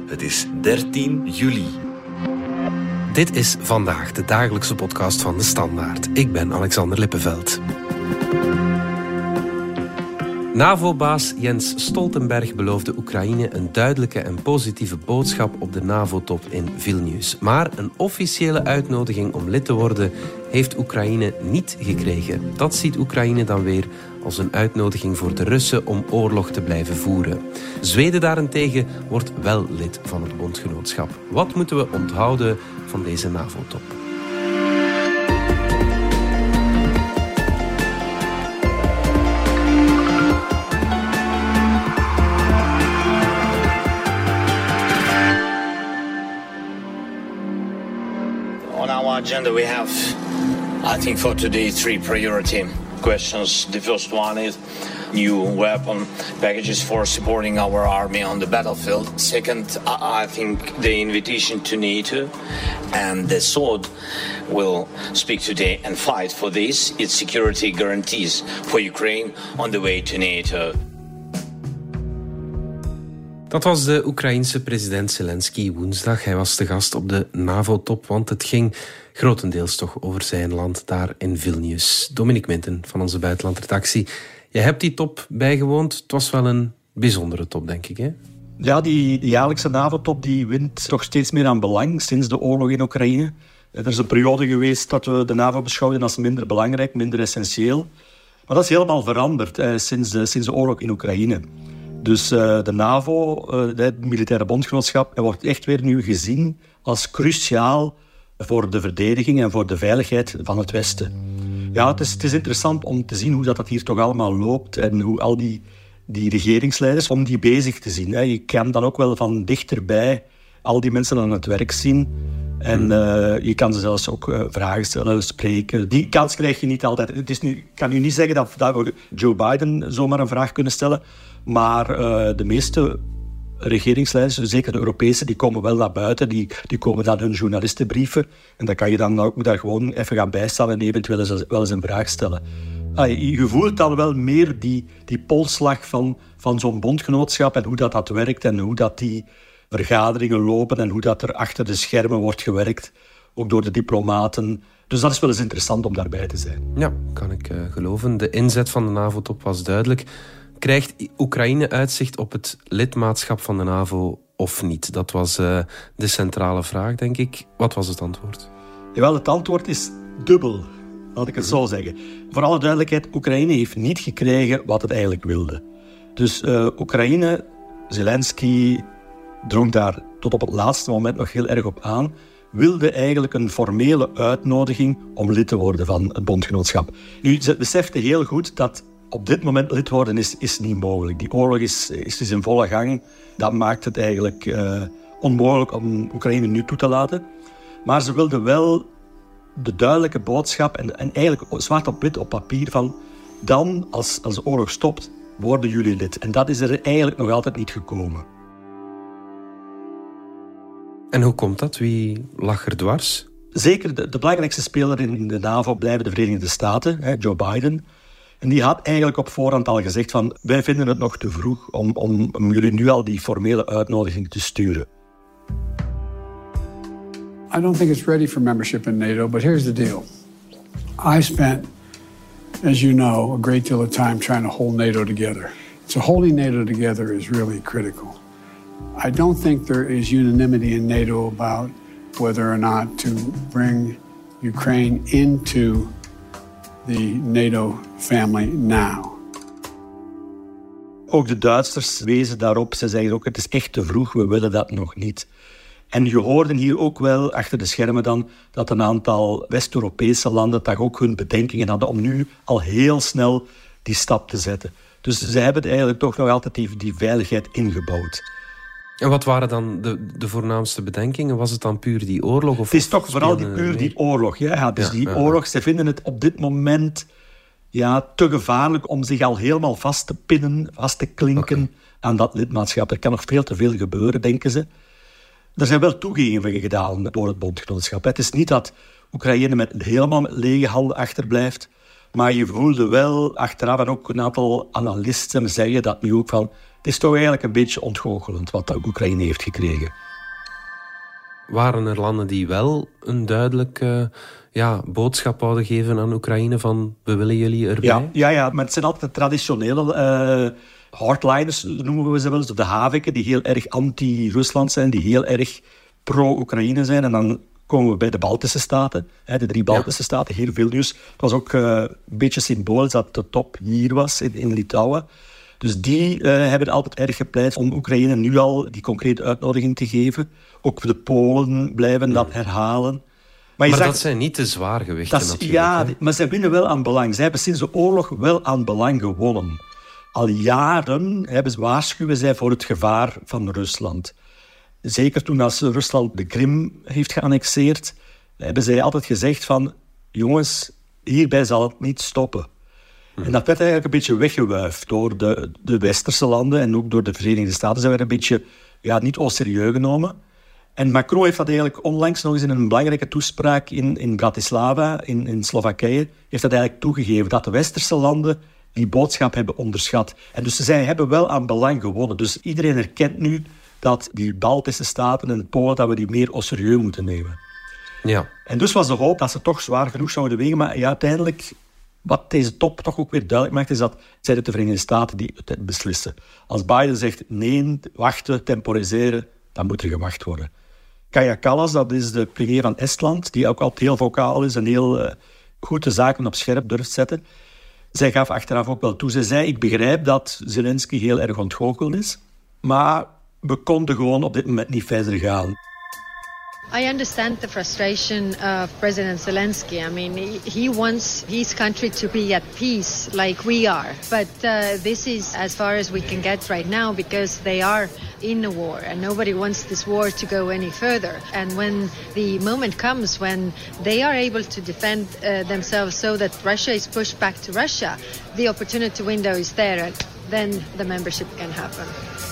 Het is 13 juli. Dit is Vandaag, de dagelijkse podcast van De Standaard. Ik ben Alexander Lippenveld. NAVO-baas Jens Stoltenberg beloofde Oekraïne een duidelijke en positieve boodschap op de NAVO-top in Vilnius. Maar een officiële uitnodiging om lid te worden heeft Oekraïne niet gekregen. Dat ziet Oekraïne dan weer als een uitnodiging voor de Russen om oorlog te blijven voeren. Zweden daarentegen wordt wel lid van het bondgenootschap. Wat moeten we onthouden van deze NAVO-top? On our agenda we have, I think for today, 3 priority questions. The first one is new weapon packages for supporting our army on the battlefield. Second, I think the invitation to NATO. And the third, we'll speak today and fight for this. Its security guarantees for Ukraine on the way to NATO. Dat was de Oekraïense president Zelensky woensdag. Hij was te gast op de NAVO-top, want het ging grotendeels toch over zijn land daar in Vilnius. Dominique Minten van onze buitenlandredactie. Jij hebt die top bijgewoond. Het was wel een bijzondere top, denk ik, hè? Ja, die jaarlijkse NAVO-top die wint toch steeds meer aan belang sinds de oorlog in Oekraïne. Er is een periode geweest dat we de NAVO beschouwden als minder belangrijk, minder essentieel. Maar dat is helemaal veranderd sinds de oorlog in Oekraïne. Dus de NAVO, het militaire bondgenootschap, wordt echt weer nu gezien als cruciaal voor de verdediging en voor de veiligheid van het Westen. Ja, het is interessant om te zien hoe dat hier toch allemaal loopt en hoe al die regeringsleiders, om die bezig te zien. Hè. Je kan dan ook wel van dichterbij al die mensen aan het werk zien. En je kan ze zelfs ook vragen stellen, spreken. Die kans krijg je niet altijd. Ik kan u niet zeggen dat we Joe Biden zomaar een vraag kunnen stellen. Maar de meeste regeringsleiders, zeker de Europese, die komen wel naar buiten. Die komen dan hun journalisten brieven. En dan kan je dan ook daar gewoon even gaan bijstaan en eventueel wel eens een vraag stellen. Je voelt dan wel meer die polsslag van zo'n bondgenootschap en hoe dat werkt en hoe dat die vergaderingen lopen en hoe dat er achter de schermen wordt gewerkt, ook door de diplomaten. Dus dat is wel eens interessant om daarbij te zijn. Ja, kan ik geloven. De inzet van de NAVO-top was duidelijk. Krijgt Oekraïne uitzicht op het lidmaatschap van de NAVO of niet? Dat was de centrale vraag, denk ik. Wat was het antwoord? Jawel, het antwoord is dubbel, laat ik het zo zeggen. Voor alle duidelijkheid, Oekraïne heeft niet gekregen wat het eigenlijk wilde. Dus Oekraïne, Zelensky drong daar tot op het laatste moment nog heel erg op aan, wilde eigenlijk een formele uitnodiging om lid te worden van het bondgenootschap. Nu, ze beseften heel goed dat op dit moment lid worden is niet mogelijk. Die oorlog is in volle gang. Dat maakt het eigenlijk onmogelijk om Oekraïne nu toe te laten. Maar ze wilden wel de duidelijke boodschap en eigenlijk zwart op wit op papier van dan, als de oorlog stopt, worden jullie lid. En dat is er eigenlijk nog altijd niet gekomen. En hoe komt dat? Wie lag er dwars? Zeker de belangrijkste speler in de NAVO blijven de Verenigde Staten, Joe Biden. En die had eigenlijk op voorhand al gezegd van wij vinden het nog te vroeg om jullie nu al die formele uitnodiging te sturen. I don't think it's ready for membership in NATO, but here's the deal. I spent, as you know, a great deal of time trying to hold NATO together. So holding NATO together is really critical. I don't think there is unanimity in NATO about whether or not to bring Ukraine into the NATO family now. Ook de Duitsers wezen daarop. Ze zeiden ook, het is echt te vroeg, we willen dat nog niet. En je hoorde hier ook wel, achter de schermen dan, dat een aantal West-Europese landen toch ook hun bedenkingen hadden om nu al heel snel die stap te zetten. Dus ze hebben eigenlijk toch nog altijd die veiligheid ingebouwd. En wat waren dan de voornaamste bedenkingen? Was het dan puur die oorlog? Of het is toch vooral die oorlog. Ja, dus die oorlog, ze vinden het op dit moment te gevaarlijk om zich al helemaal vast te pinnen, vast te klinken aan dat lidmaatschap. Er kan nog veel te veel gebeuren, denken ze. Er zijn wel toegevingen gedaan door het bondgenootschap. Het is niet dat Oekraïne helemaal met lege handen achterblijft. Maar je voelde wel achteraf, en ook een aantal analisten zeggen dat nu ook van Het is toch eigenlijk een beetje ontgoochelend wat Oekraïne heeft gekregen. Waren er landen die wel een duidelijke boodschap wouden geven aan Oekraïne van we willen jullie erbij? Ja, maar het zijn altijd de traditionele hardliners, noemen we ze wel eens, of de haviken, die heel erg anti-Rusland zijn, die heel erg pro-Oekraïne zijn. En dan komen we bij de Baltische Staten, de 3 Baltische Staten, heel Vilnius. Het was ook een beetje symbolisch dat de top hier was in Litouwen. Dus die hebben altijd erg gepleit om Oekraïne nu al die concrete uitnodiging te geven. Ook de Polen blijven dat herhalen. Maar dat zijn niet de zwaargewichten natuurlijk. Ja, maar zij winnen wel aan belang. Zij hebben sinds de oorlog wel aan belang gewonnen. Al jaren waarschuwen zij voor het gevaar van Rusland. Zeker toen als Rusland de Krim heeft geannexeerd, hebben zij altijd gezegd van, jongens, hierbij zal het niet stoppen. En dat werd eigenlijk een beetje weggewuifd door de westerse landen en ook door de Verenigde Staten. Ze werden een beetje niet au serieus genomen. En Macron heeft dat eigenlijk onlangs nog eens in een belangrijke toespraak in Bratislava, in Slowakije, heeft dat eigenlijk toegegeven dat de westerse landen die boodschap hebben onderschat. En dus zij hebben wel aan belang gewonnen. Dus iedereen erkent nu dat die Baltische Staten en Polen, dat we die meer au serieus moeten nemen. Ja. En dus was de hoop dat ze toch zwaar genoeg zouden wegen, maar uiteindelijk, wat deze top toch ook weer duidelijk maakt, is dat zij de Verenigde Staten die het beslissen. Als Biden zegt nee, wachten, temporiseren, dan moet er gewacht worden. Kaja Kallas, dat is de premier van Estland, die ook altijd heel vocaal is en heel goed de zaken op scherp durft zetten. Zij gaf achteraf ook wel toe. Ze zei, ik begrijp dat Zelensky heel erg ontgoocheld is, maar we konden gewoon op dit moment niet verder gaan. I understand the frustration of President Zelensky. I mean, he wants his country to be at peace like we are. But this is as far as we can get right now because they are in a war and nobody wants this war to go any further. And when the moment comes when they are able to defend themselves so that Russia is pushed back to Russia, the opportunity window is there and then the membership can happen.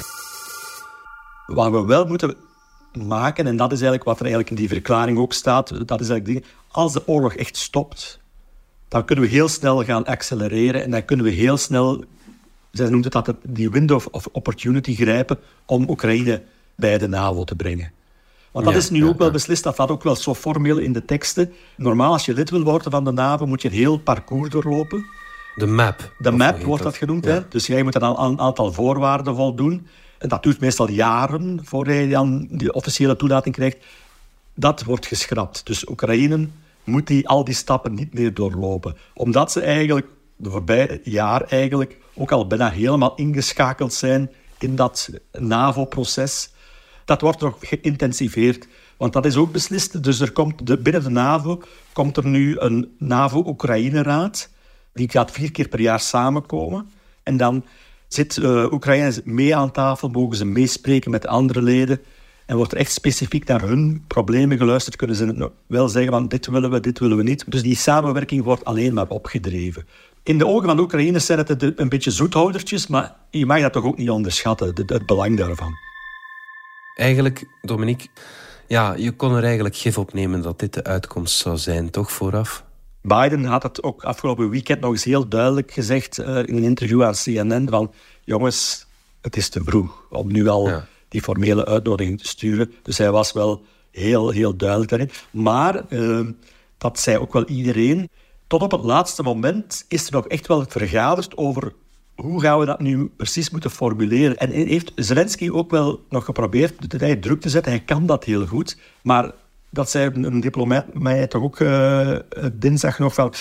Wat we wel moeten maken, en dat is eigenlijk wat er eigenlijk in die verklaring ook staat, dat is eigenlijk als de oorlog echt stopt, dan kunnen we heel snel gaan accelereren en dan kunnen we heel snel, zij noemt het dat, die window of opportunity grijpen om Oekraïne bij de NAVO te brengen. Want dat is nu ook wel beslist, dat staat ook wel zo formeel in de teksten. Normaal, als je lid wil worden van de NAVO, moet je een heel parcours doorlopen. De map. De map wordt dat genoemd. Ja. Hè? Dus jij moet aan een aantal voorwaarden voldoen. En dat duurt meestal jaren voordat je dan die officiële toelating krijgt. Dat wordt geschrapt. Dus Oekraïne moet al die stappen niet meer doorlopen. Omdat ze eigenlijk de voorbije jaar eigenlijk ook al bijna helemaal ingeschakeld zijn in dat NAVO-proces. Dat wordt nog geïntensiveerd. Want dat is ook beslist. Dus er komt binnen de NAVO komt er nu een NAVO-Oekraïne-raad. Die gaat 4 keer per jaar samenkomen. En dan zit Oekraïne mee aan tafel, mogen ze meespreken met de andere leden en wordt er echt specifiek naar hun problemen geluisterd, kunnen ze wel zeggen van dit willen we niet. Dus die samenwerking wordt alleen maar opgedreven. In de ogen van de Oekraïners zijn het een beetje zoethoudertjes, maar je mag dat toch ook niet onderschatten, het belang daarvan. Eigenlijk, Dominique, je kon er eigenlijk gif op nemen dat dit de uitkomst zou zijn, toch, vooraf? Biden had het ook afgelopen weekend nog eens heel duidelijk gezegd in een interview aan CNN van jongens, het is te vroeg om nu al die formele uitnodiging te sturen. Dus hij was wel heel, heel duidelijk daarin. Maar dat zei ook wel iedereen. Tot op het laatste moment is er nog echt wel vergaderd over hoe gaan we dat nu precies moeten formuleren. En heeft Zelensky ook wel nog geprobeerd de druk te zetten. Hij kan dat heel goed, maar dat zei een diplomaat mij toch ook dinsdag nog van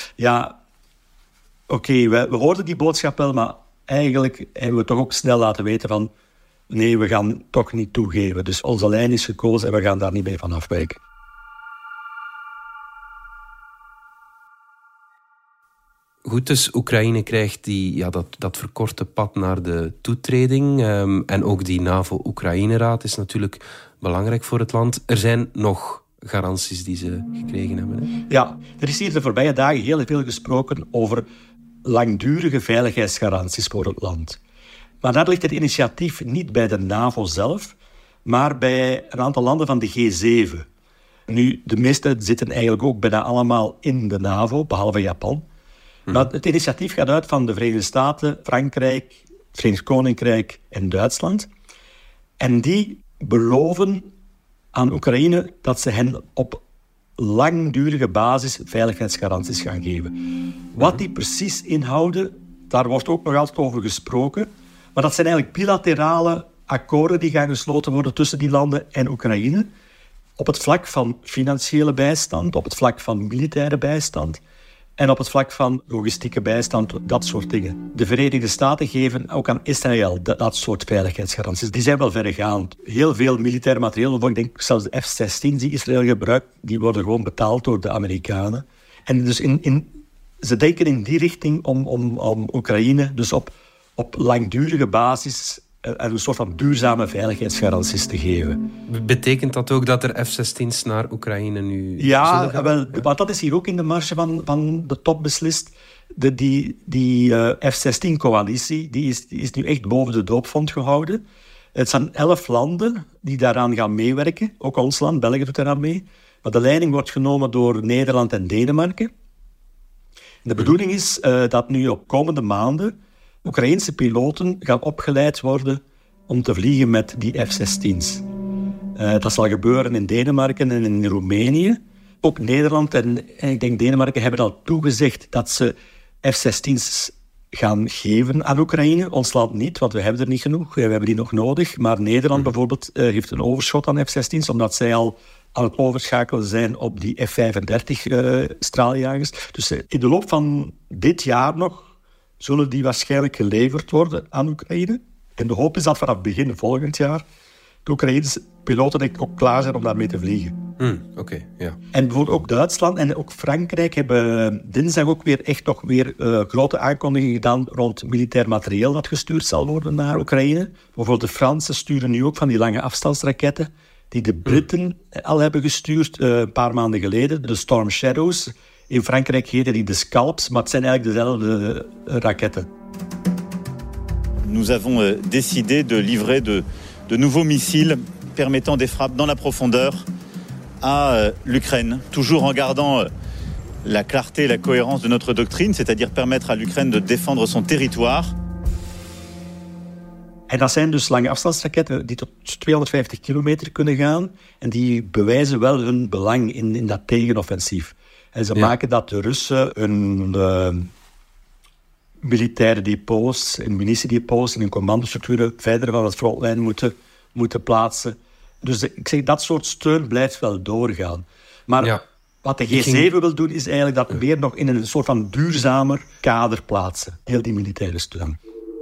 oké, we hoorden die boodschap wel, maar eigenlijk hebben we toch ook snel laten weten van nee, we gaan toch niet toegeven. Dus onze lijn is gekozen en we gaan daar niet mee van afwijken. Goed, dus Oekraïne krijgt dat verkorte pad naar de toetreding. En ook die NAVO-Oekraïne-raad is natuurlijk belangrijk voor het land. Er zijn nog garanties die ze gekregen hebben. Hè? Ja, er is hier de voorbije dagen heel veel gesproken over langdurige veiligheidsgaranties voor het land. Maar daar ligt het initiatief niet bij de NAVO zelf, maar bij een aantal landen van de G7. Nu, de meeste zitten eigenlijk ook bijna allemaal in de NAVO, behalve Japan. Maar het initiatief gaat uit van de Verenigde Staten, Frankrijk, Verenigd Koninkrijk en Duitsland. En die beloven aan Oekraïne dat ze hen op langdurige basis veiligheidsgaranties gaan geven. Wat die precies inhouden, daar wordt ook nog altijd over gesproken. Maar dat zijn eigenlijk bilaterale akkoorden die gaan gesloten worden tussen die landen en Oekraïne. Op het vlak van financiële bijstand, op het vlak van militaire bijstand en op het vlak van logistieke bijstand, dat soort dingen. De Verenigde Staten geven ook aan Israël dat soort veiligheidsgaranties. Die zijn wel verregaand. Heel veel militair materieel, ik denk zelfs de F-16 die Israël gebruikt, die worden gewoon betaald door de Amerikanen. En dus ze denken in die richting om Oekraïne dus op langdurige basis een soort van duurzame veiligheidsgaranties te geven. Betekent dat ook dat er F-16's naar Oekraïne nu ja, zullen wel, maar dat is hier ook in de marge van de top beslist. Die F-16-coalitie die is nu echt boven de doopvont gehouden. Het zijn 11 landen die daaraan gaan meewerken. Ook ons land, België, doet daaraan mee. Maar de leiding wordt genomen door Nederland en Denemarken. De bedoeling is dat nu op komende maanden Oekraïense piloten gaan opgeleid worden om te vliegen met die F-16's. Dat zal gebeuren in Denemarken en in Roemenië. Ook Nederland en ik denk Denemarken hebben al toegezegd dat ze F-16's gaan geven aan Oekraïne. Ons land niet, want we hebben er niet genoeg. We hebben die nog nodig. Maar Nederland bijvoorbeeld heeft een overschot aan F-16's, omdat zij al aan het overschakelen zijn op die F-35 straaljagers. Dus in de loop van dit jaar nog zullen die waarschijnlijk geleverd worden aan Oekraïne. En de hoop is dat vanaf begin volgend jaar de Oekraïnse piloten ook klaar zijn om daarmee te vliegen. Ja. En bijvoorbeeld ook Duitsland en ook Frankrijk hebben dinsdag ook weer grote aankondigingen gedaan rond militair materieel dat gestuurd zal worden naar Oekraïne. Bijvoorbeeld de Fransen sturen nu ook van die lange afstandsraketten die de Britten al hebben gestuurd een paar maanden geleden, de Storm Shadows. In Frankrijk heten die de Scalps, maar het zijn eigenlijk dezelfde raketten. Nous avons décidé de livrer de nouveaux missiles permettant des frappes dans la profondeur à l'Ukraine, toujours en gardant la clarté et la cohérence de notre doctrine, c'est-à-dire permettre à l'Ukraine de défendre son territoire. En dat zijn dus lange afstandsraketten die tot 250 kilometer kunnen gaan en die bewijzen wel hun belang in dat tegenoffensief. En ze maken dat de Russen hun militaire depots, hun munitiedepots en hun commandostructuren verder van het frontlijn moeten plaatsen. Dus ik zeg, dat soort steun blijft wel doorgaan. Maar wat de G7 wil doen, is eigenlijk dat weer nog in een soort van duurzamer kader plaatsen. Heel die militaire steun.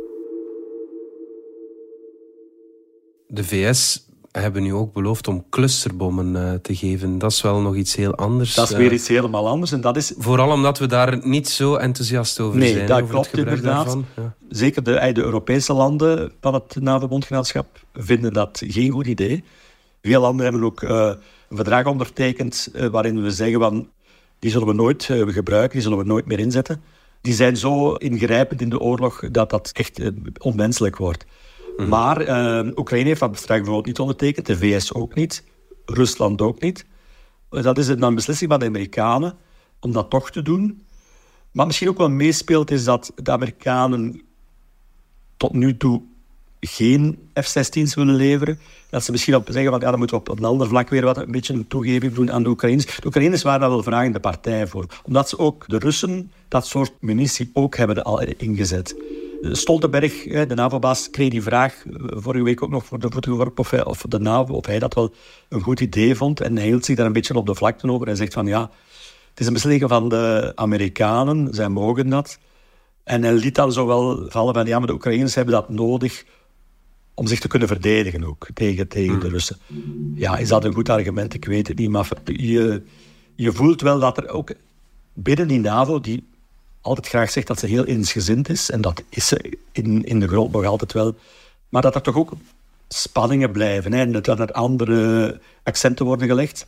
De VS hebben nu ook beloofd om clusterbommen te geven. Dat is wel nog iets heel anders. Dat is weer iets helemaal anders. En dat is... Vooral omdat we daar niet zo enthousiast over zijn. Nee, dat klopt inderdaad. Ja. Zeker de Europese landen van het NAVO-bondgenootschap vinden dat geen goed idee. Veel landen hebben ook een verdrag ondertekend waarin we zeggen van die zullen we nooit gebruiken, die zullen we nooit meer inzetten. Die zijn zo ingrijpend in de oorlog dat dat echt onmenselijk wordt. Maar Oekraïne heeft dat verdrag bijvoorbeeld niet ondertekend, de VS ook niet, Rusland ook niet. Dat is een beslissing van de Amerikanen om dat toch te doen. Maar misschien ook wel meespeelt is dat de Amerikanen tot nu toe geen F-16's willen leveren. Dat ze misschien op zeggen van dan moeten we op een ander vlak weer een beetje een toegeving doen aan de Oekraïners. De Oekraïners waren daar wel vragende partij voor. Omdat ze ook, de Russen, dat soort munitie ook hebben al ingezet. Stoltenberg, de NAVO-baas, kreeg die vraag vorige week ook nog voor de voeten geworpen of de NAVO, of hij dat wel een goed idee vond. En hij hield zich daar een beetje op de vlakte over. Hij zegt van ja, het is een beslissing van de Amerikanen, zij mogen dat. En hij liet dan zo wel vallen van ja, maar de Oekraïners hebben dat nodig om zich te kunnen verdedigen ook tegen de Russen. Ja, is dat een goed argument? Ik weet het niet, maar je voelt wel dat er ook binnen die NAVO, die altijd graag zegt dat ze heel eensgezind is, en dat is ze in de grond nog altijd wel, maar dat er toch ook spanningen blijven, hè, en dat er andere accenten worden gelegd.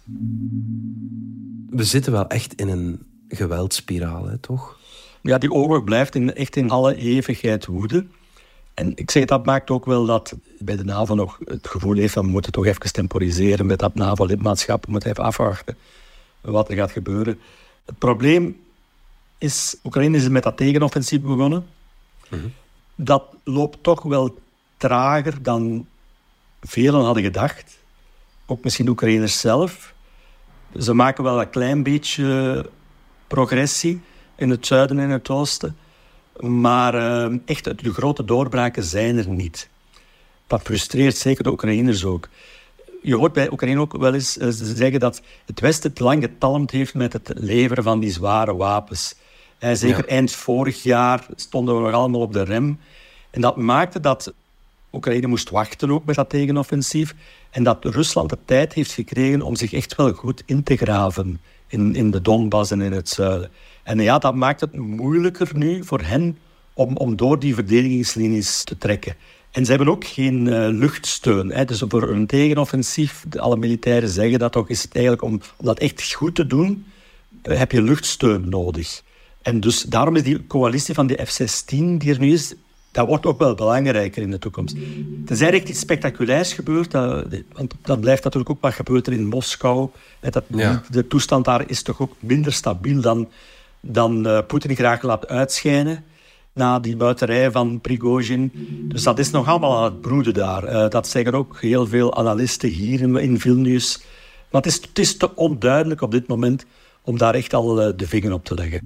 We zitten wel echt in een geweldsspiraal, hè, toch? Ja, die oorlog blijft echt in alle eeuwigheid woeden. En ik zeg, dat maakt ook wel dat bij de NAVO nog het gevoel heeft van we moeten toch even temporiseren met dat NAVO-lidmaatschap, we moeten even afwachten wat er gaat gebeuren. Het probleem is, Oekraïne is met dat tegenoffensief begonnen. dat loopt toch wel trager dan velen hadden gedacht. Ook misschien Oekraïners zelf. Ze maken wel een klein beetje progressie in het zuiden en het oosten. Maar echt, de grote doorbraken zijn er niet. Dat frustreert zeker de Oekraïners ook. Je hoort bij Oekraïne ook wel eens zeggen dat het Westen te lang getalmd heeft met het leveren van die zware wapens. Zeker eind vorig jaar stonden we nog allemaal op de rem. En dat maakte dat Oekraïne moest wachten ook met dat tegenoffensief. En dat Rusland de tijd heeft gekregen om zich echt wel goed in te graven in de Donbass en in het zuiden. En ja, dat maakt het moeilijker nu voor hen om door die verdedigingslinies te trekken. En ze hebben ook geen luchtsteun. Dus voor een tegenoffensief, alle militairen zeggen dat toch, is het eigenlijk om dat echt goed te doen, heb je luchtsteun nodig. En dus daarom is die coalitie van de F-16 die er nu is, dat wordt ook wel belangrijker in de toekomst. Tenzij er echt iets spectaculairs gebeurt, want dat blijft natuurlijk ook wat gebeurt er in Moskou. De toestand daar is toch ook minder stabiel dan Poetin graag laat uitschijnen na die buiterij van Prigozhin. Dus dat is nog allemaal aan het broeden daar. Dat zeggen ook heel veel analisten hier in Vilnius. Maar het is te onduidelijk op dit moment om daar echt al de vinger op te leggen.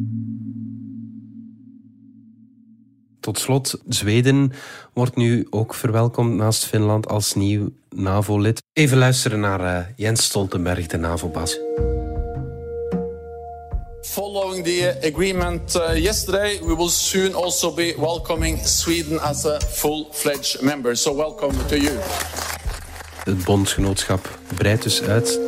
Tot slot, Zweden wordt nu ook verwelkomd naast Finland als nieuw NAVO-lid. Even luisteren naar Jens Stoltenberg, de NAVO-baas. Following the agreement yesterday, we will soon also be welcoming Sweden as a full-fledged member. So welcome to you. Het bondgenootschap breidt dus uit.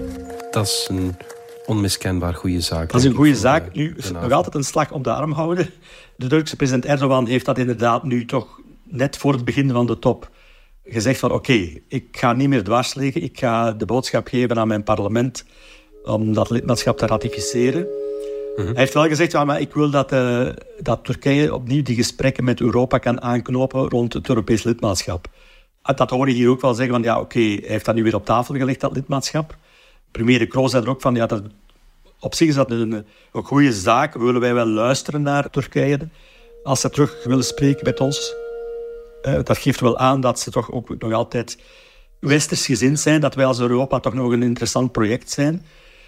Dat is een onmiskenbaar goede zaak. Dat is een goede zaak. Nu nog altijd een slag op de arm houden. De Turkse president Erdogan heeft dat inderdaad nu toch net voor het begin van de top gezegd van oké, ik ga niet meer dwars liggen. Ik ga de boodschap geven aan mijn parlement om dat lidmaatschap te ratificeren. Hij heeft wel gezegd, ja, maar ik wil dat Turkije opnieuw die gesprekken met Europa kan aanknopen rond het Europees lidmaatschap. Dat hoor je hier ook wel zeggen van ja, oké, hij heeft dat nu weer op tafel gelegd, dat lidmaatschap. Premier De Croo zei er ook van ja, op zich is dat een goede zaak. Willen wij wel luisteren naar Turkije als ze terug willen spreken met ons. Dat geeft wel aan dat ze toch ook nog altijd westers gezind zijn, dat wij als Europa toch nog een interessant project zijn.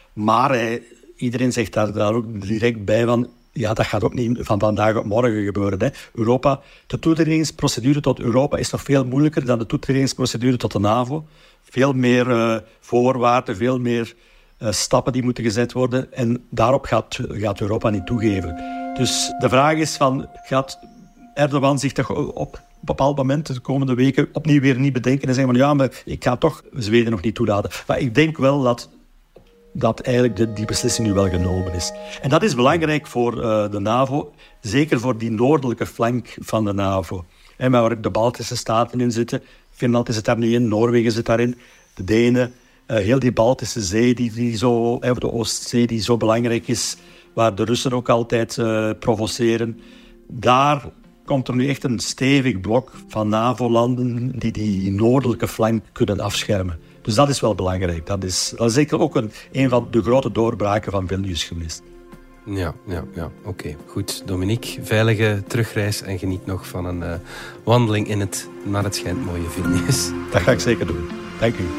Maar iedereen zegt daar ook direct bij van ja, dat gaat ook niet van vandaag op morgen gebeuren. Hè. Europa, de toetredingsprocedure tot Europa is nog veel moeilijker dan de toetredingsprocedure tot de NAVO. Veel meer voorwaarden, veel meer stappen die moeten gezet worden. En daarop gaat Europa niet toegeven. Dus de vraag is van, gaat Erdogan zich toch op een bepaald moment de komende weken opnieuw weer niet bedenken en zeggen van ja, maar ik ga toch Zweden nog niet toelaten. Maar ik denk wel dat eigenlijk die beslissing nu wel genomen is. En dat is belangrijk voor de NAVO, zeker voor die noordelijke flank van de NAVO. En waar de Baltische staten in zitten, Finland is het daar nu in, Noorwegen zit daarin, de Denen, heel die Baltische Zee, of de Oostzee die zo belangrijk is, waar de Russen ook altijd provoceren. Daar komt er nu echt een stevig blok van NAVO-landen die noordelijke flank kunnen afschermen. Dus dat is wel belangrijk. Dat is zeker ook een van de grote doorbraken van Vilnius geweest. Ja. Oké. Goed, Dominique, veilige terugreis en geniet nog van een wandeling in het, naar het schijnt, mooie Vilnius. Dat ga ik zeker doen. Dank u.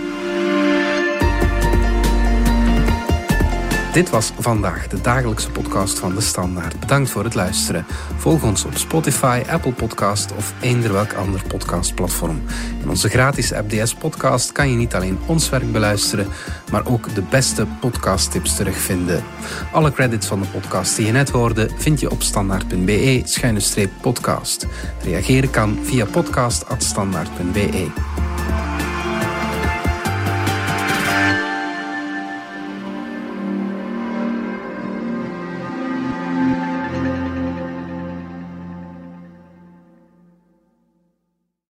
Dit was vandaag de dagelijkse podcast van De Standaard. Bedankt voor het luisteren. Volg ons op Spotify, Apple Podcast of eender welk ander podcastplatform. In onze gratis app DS Podcast kan je niet alleen ons werk beluisteren, maar ook de beste podcasttips terugvinden. Alle credits van de podcast die je net hoorde vind je op standaard.be/podcast. Reageren kan via podcast@standaard.be.